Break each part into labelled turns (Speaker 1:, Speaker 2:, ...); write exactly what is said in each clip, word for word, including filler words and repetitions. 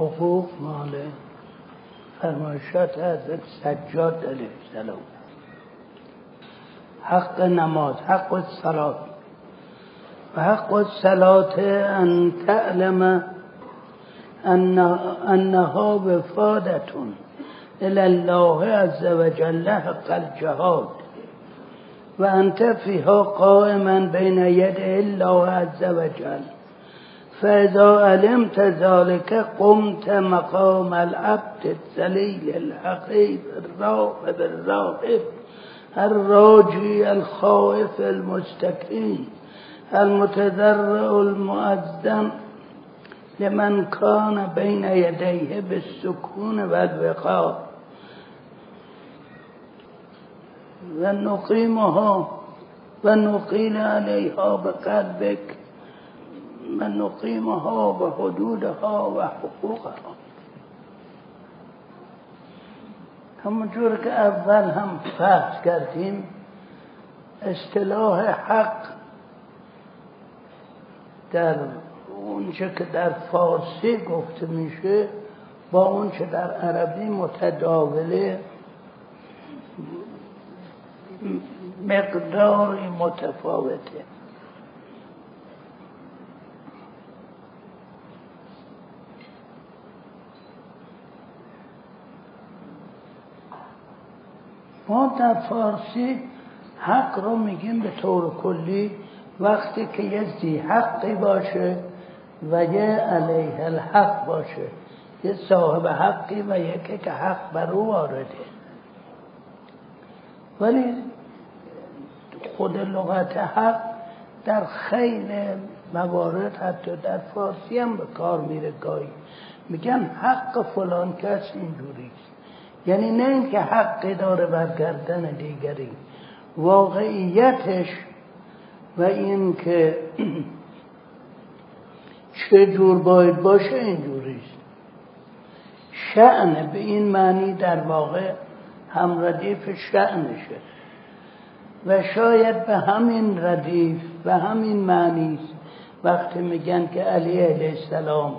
Speaker 1: حقوق مال فرمایشات حضرت سجاد علیه السلام. حق نماز، حق الصلاة و حق الصلاة ان تعلم ان انها وفادة الى الله عز وجل حق الجهاد و انت فيها قائما بين يدي الله عز وجل، فاذا علمت ذلك قمت مقام العبد الذليل الحقير الراغب الراهب الراجي الخائف المستكين المتضرع المؤذن لمن كان بين يديه بالسكون والوقار و نقیمها و نقیل علیها بقلبک و نقیمها و حدودها و حقوقها. همونجور که اول هم بحث کردیم، اصطلاح حق در اونچه که در فارسی گفته میشه با اونچه در عربی متداوله مقداری متفاوته. ما در فارسی حق رو میگیم به طور کلی وقتی که یه ذی حقی باشه و یه علیه الحق باشه، یه صاحب حقی و یکی که حق بر او وارده. ولی خود لغت حق در خیلی موارد حتی در فارسی هم به کار میره. گاهی میگن حق فلان کس اینجوریست، یعنی نه اینکه حقی داره بر گردن دیگری، واقعیتش و این که چه جور باید باشه اینجوریست. شأن به این معنی در واقع هم ردیف شأنشه و شاید به همین ردیف و همین معنیست وقتی میگن که علی علیه السلام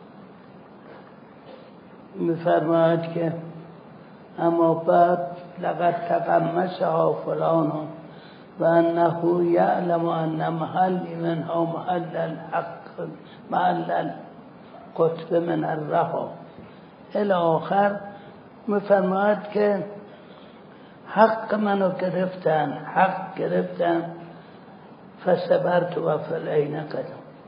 Speaker 1: میفرماید که اما بعد لقد تقمصها فلان و انه یعلم ان محلی منها محل الحق محل القطب من الرها الی آخر. میفرماید که حق منو گرفتن، حق گرفتن فصبرت و فالعین قدم.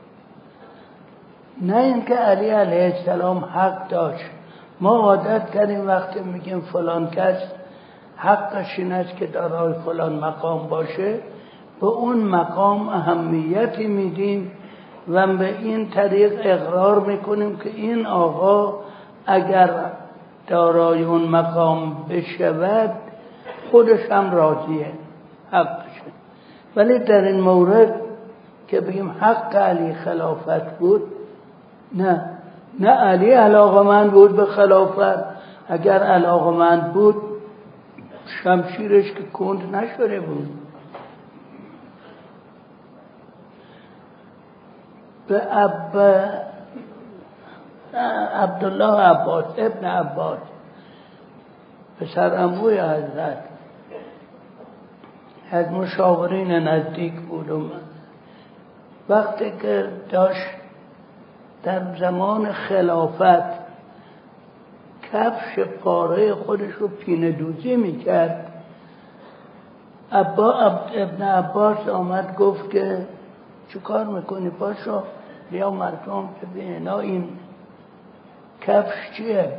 Speaker 1: نه اینکه علی علیه السلام حق داشت. ما عادت کردیم وقتی میگیم فلان کس حقش این است که دارای فلان مقام باشه، به اون مقام اهمیتی میدیم و به این طریق اقرار میکنیم که این آقا اگر دارای اون مقام بشود خودش هم راضیه، حقشه. ولی در این مورد که بگیم حق علی خلافت بود، نه نه علی علاقمند بود به خلافت. اگر علاقمند بود شمشیرش که کند نشده بود. به اب عبدالله عباس ابن عباس پسر عموی حضرت از مشاورین نزدیک بود و وقتی که داشت در زمان خلافت کفش پاره خودش رو پینه دوزی میکرد، ابا ابن عباس آمد گفت که چه کار میکنی؟ پاشو بیا مردم ببین این کفش چیه؟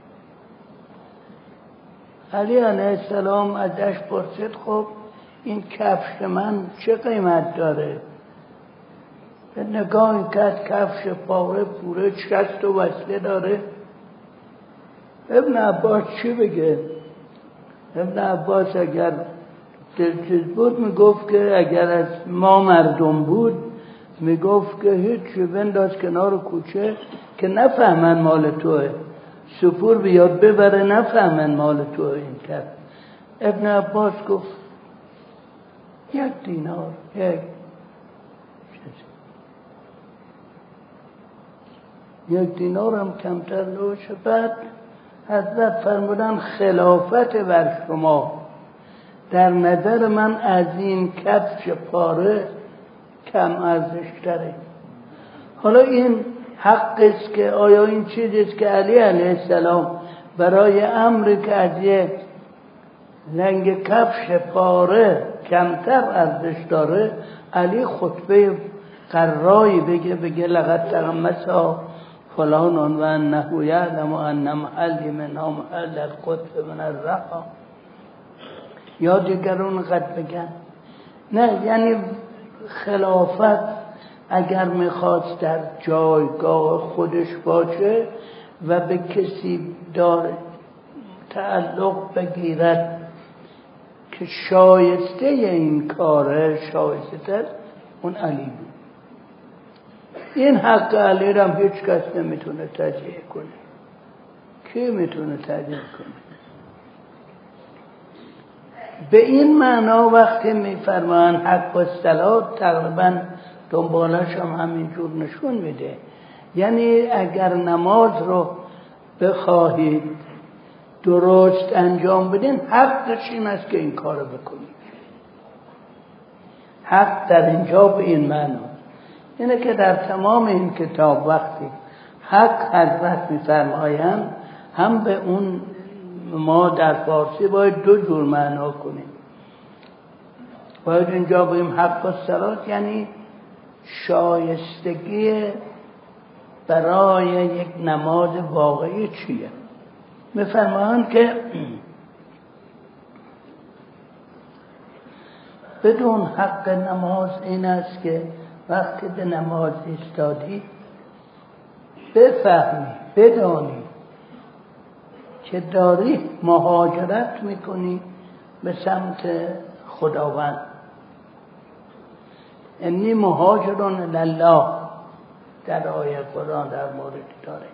Speaker 1: علی علیه السلام ازش پرسید خب این کفش من چه قیمت داره؟ به نگاه کرد کفش پاره پوره شست و وصله داره. ابن عباس چی بگه؟ ابن عباس اگر دلچیز بود میگفت که اگر از ما مردم بود میگفت که هیچ بنداز کنار کوچه که نفهمن مال توه، سپور بیاد ببره نفهمن مال توه این کرد. ابن عباس گفت یک دینار، یک یک دینار هم کمتر نباشه. بعد حضرت فرمودن خلافت بر شما در نظر من از این کفش پاره کم ارزش تره. حالا این حق است که آیا این چیزی است که علی علیه السلام برای امر که از یک لنگ کفش پاره کمتر ارزش داره، علی خطبه قرایی بگه بگه لقد تغمسا فلان و انه یعلم ان محلی منها محل القطب من الرحا، یا دیگرون قد بگن. نه، یعنی خلافت اگر میخواست در جایگاه خودش باشه و به کسی داره تعلق بگیرد که شایسته این کاره، شایسته اون علی بود. این حق علی را هم هیچ کس نمیتونه تجزیه کنه. کی میتونه تجزیه کنه؟ به این معنا وقتی میفرمان حق الصلات تقریبا دنبالش هم همینجور نشون میده. یعنی اگر نماز رو بخواهید درست انجام بدین، حقش این است که این کار بکنید. حق در اینجا به این معنا اینه که در تمام این کتاب وقتی حق حضرت میفرمایند، هم به اون ما در فارسی باید دو جور معنا کنیم. باید اینجا بگیم حق الصلات یعنی شایستگی برای یک نماز واقعی چیه. میفرمایند که بدون حق نماز این است که وقتی به نماز ایستادی بفهمی، بدانی که داری مهاجرت میکنی به سمت خداوند. انی مهاجرون الله در آیه قرآن در مورد داره.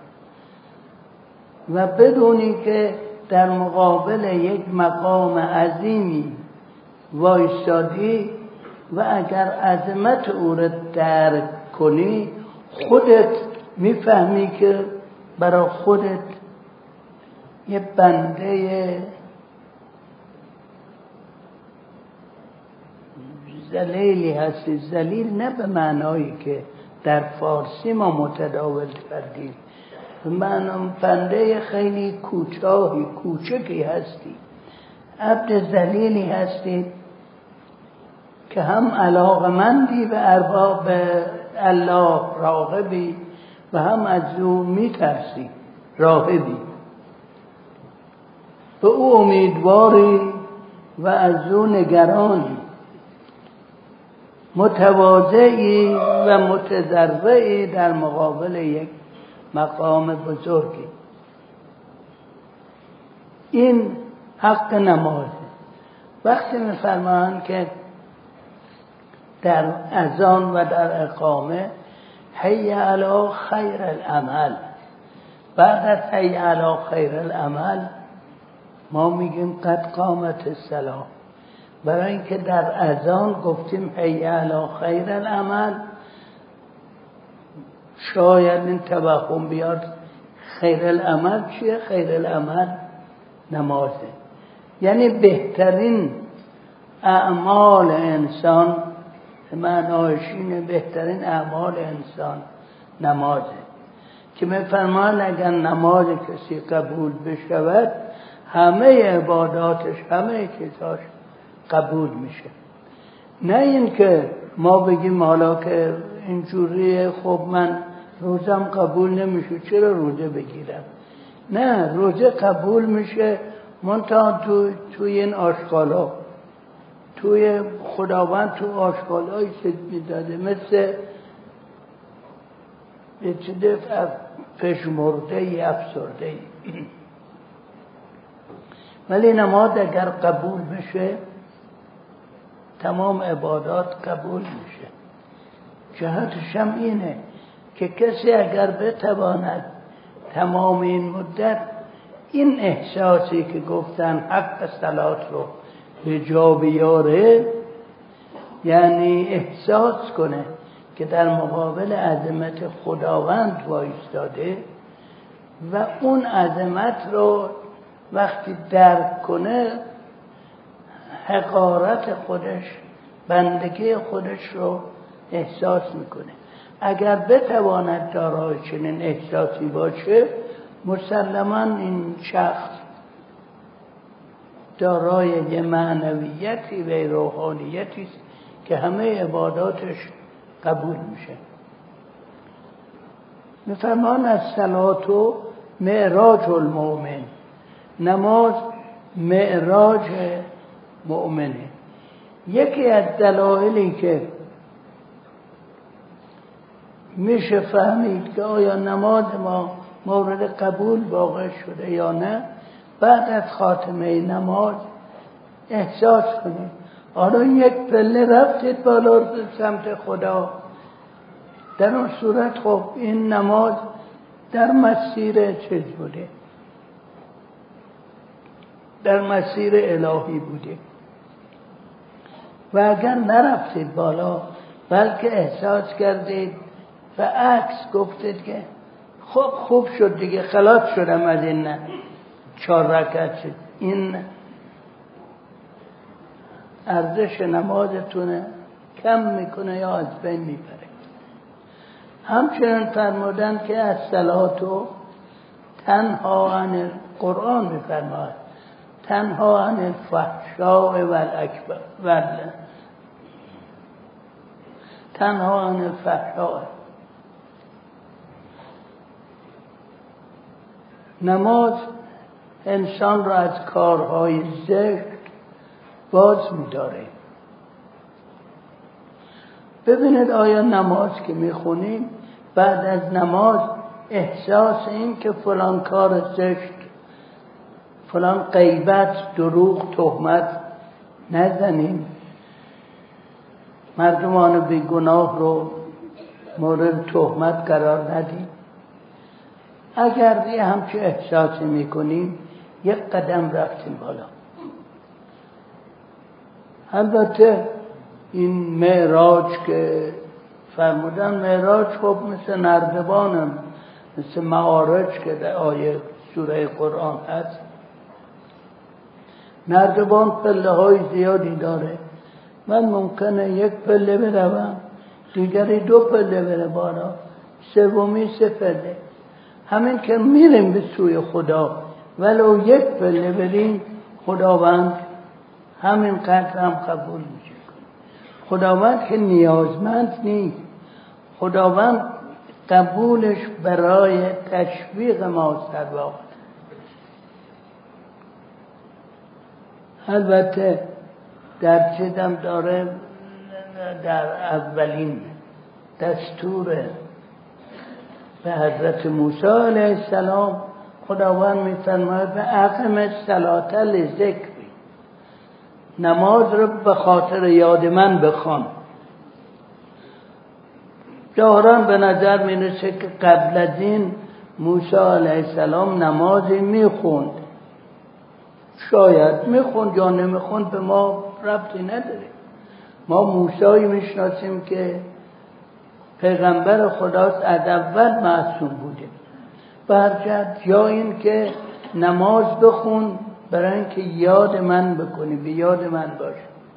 Speaker 1: و بدونی که در مقابل یک مقام عظیمی وایستادی و اگر عظمت او را درک کنی، خودت میفهمی که برای خودت یه بنده ذلیلی هستی. ذلیل نه به معنایی که در فارسی ما متداول کردیم، به معنی بنده خیلی کوتاهی کوچکی هستی، عبد ذلیلی هستی که هم علاقمندی به ارباب الله راغبی و هم از او میترسی راهبی، به او امیدواری و از او نگرانی، متواضعی و متضرعی در مقابل یک مقام بزرگی. این حق نمازه. وقتی می‌فرمایند که در اذان و در اقامه حی علی خیر العمل، بعد از حی علی خیر العمل ما میگیم قد قامت الصلاة. برای اینکه در اذان گفتیم حی علی خیر العمل، شاید این توهم بیاد خیر العمل چیه؟ خیر العمل نمازه. یعنی بهترین اعمال انسان، معنایش اینه بهترین اعمال انسان نمازه، که میفرمان اگر نماز کسی قبول بشود همه عباداتش همه چیزاش قبول میشه. نه این که ما بگیم حالا که اینجوریه خب من روزم قبول نمیشه چرا روزه بگیرم. نه، روزه قبول میشه منتها تو توی این آشغالا، توی خداوند تو آشغالایی که میداده مثل یه چیز پشمرده ای افسرده ای. ولی نماز اگر قبول بشه تمام عبادات قبول میشه. جهتش هم اینه که کسی اگر بتواند تمام این مدت این احساسی که گفتن حق صلات رو به جا بیاره، یعنی احساس کنه که در مقابل عظمت خداوند وایستاده و اون عظمت رو وقتی درک کنه حقارت خودش، بندگی خودش رو احساس میکنه. اگر بتواند دارای چنین احساسی باشه، مسلماً این شخص دارای یه معنویتی و روحانیتی است که همه عباداتش قبول میشه. میفرمان از صلات و معراج المؤمن، نماز معراج مؤمنه. یکی از دلایلی که میشه فهمید که آیا نماز ما مورد قبول واقع شده یا نه، بعد از خاتمه نماز احساس کنید آیا یک پله رفتید بالا سمت خدا. در اون صورت خب این نماز در مسیر چیز بوده، در مسیر الهی بوده. و اگر نرفتید بالا بلکه احساس کردید و عکس گفتید که خب خوب شد دیگه، خلاص شدم از این نه چهار رکعت شد، این ارزش نمازتونه کم میکنه یا از بین میبره. همچنین فرمودن که از صلاتو تنها عن قرآن میفرماید تنها عن الفحشاء والاکبر ول تنها عن الفحشاء. نماز انسان را از کارهای زشت باز می‌داره. ببینید آیا نماز که میخونیم بعد از نماز احساس این که فلان کار زشت، فلان غیبت، دروغ، تهمت نزنیم، مردمان بیگناه رو مورد تهمت قرار ندیم. اگر یه همچه احساسی میکنیم یک قدم رفتیم بالا. البته این معراج که فرمودن، معراج خب مثل نردبانم، مثل معارج که در آیه سوره قرآن هست. نردبان پله های زیادی داره. من ممکنه یک پله بروم، دیگری دو پله بره بالا، سومی سه پله. همین که میریم به سوی خدا ولو یک پله بریم، خداوند همین قدر هم قبول میشه. خداوند که نیازمند نیست، خداوند قبولش برای تشویق ماست در واقع. البته در چیزم داره، در اولین دستور به حضرت موسی علیه السلام خداوند میفرماید به اقم الصلاة لذکری، نماز رو به خاطر یاد من بخوان. ظاهراً به نظر میرسه که قبل از این موسی علیه السلام نمازی میخوند، شاید میخوند یا نمیخوند به ما ربطی نداره. ما موسیی میشناسیم که پیغمبر خداست، از اول معصوم بوده. برجد یا این که نماز بخون برای اینکه یاد من بکنی، به یاد من باش.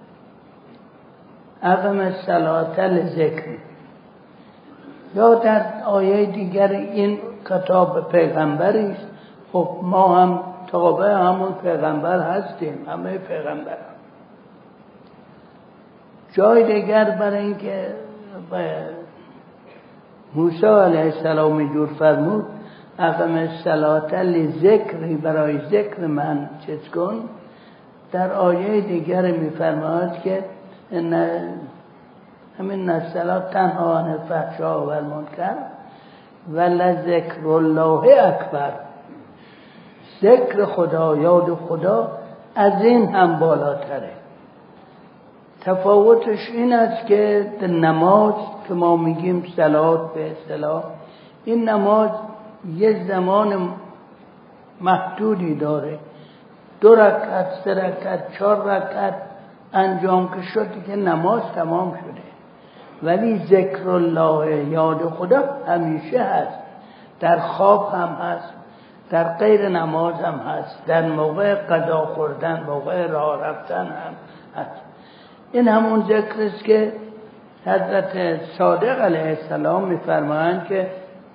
Speaker 1: اقم الصلاة لذکری. یا در آیه دیگر این کتاب پیغمبری است. خب ما هم تابع همون پیغمبر هستیم، همه پیغمبر. جای دیگر برای اینکه موسی علیه السلام اینجور فرمود اقم الصلاة لذکری، برای ذکر من چیز کن. در آیه دیگر میفرماید که ان همین الصلاة تنها عن الفحشاء والمنکر ولذکر الله اکبر. ذکر خدا، یاد خدا از این هم بالاتره. تفاوتش این است که در نماز که ما میگیم صلات به اصطلاح، این نماز یه زمان محدودی داره. دو رکعت، سه رکعت، چهار رکعت انجام که شد که نماز تمام شده. ولی ذکر الله، یاد خدا همیشه هست، در خواب هم هست، در غیر نماز هم هست، در موقع غذا خوردن، موقع راه رفتن هم هست. این همون ذکر است که حضرت صادق علیه السلام می‌فرمایند که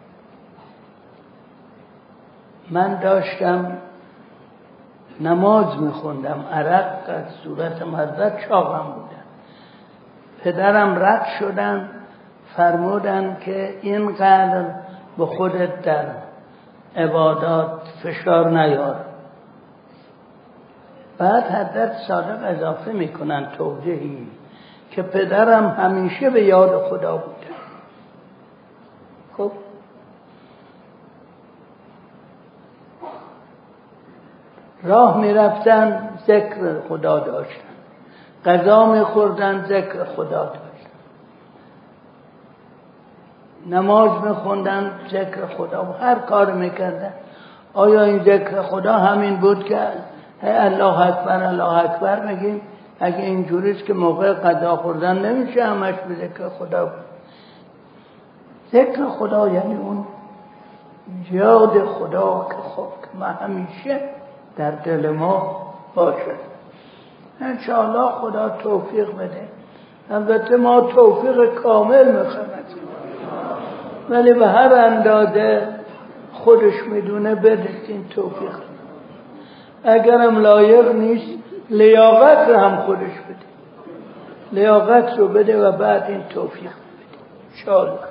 Speaker 1: من داشتم نماز میخوندم، عرق از صورت حضرت چاقم بودن، پدرم رد شدن فرمودن که اینقدر به خودت در عبادات فشار نیار. بعد حضرت صادق اضافه میکنن توضیحی که پدرم همیشه به یاد خدا بودن. خب راه میرفتن ذکر خدا داشتن، غذا میخوردن ذکر خدا داشتن، نماز میخوندن ذکر خدا، هر کار میکردن. آیا این ذکر خدا همین بود که الله اکبر الله اکبر میگیم؟ اگه اینجوریست که موقع غذا خوردن نمیشه همش به ذکر خدا بود. ذکر خدا یعنی اون یاد خدا که خب که ما همیشه در دل ما باشه. انشاءالله خدا توفیق بده. البته ما توفیق کامل میخوایم، ولی به هر اندازه خودش میدونه بده این توفیق. اگرم لایق نیست لیاقت رو هم خودش بده، لیاقت رو بده و بعد این توفیق بده انشاءالله.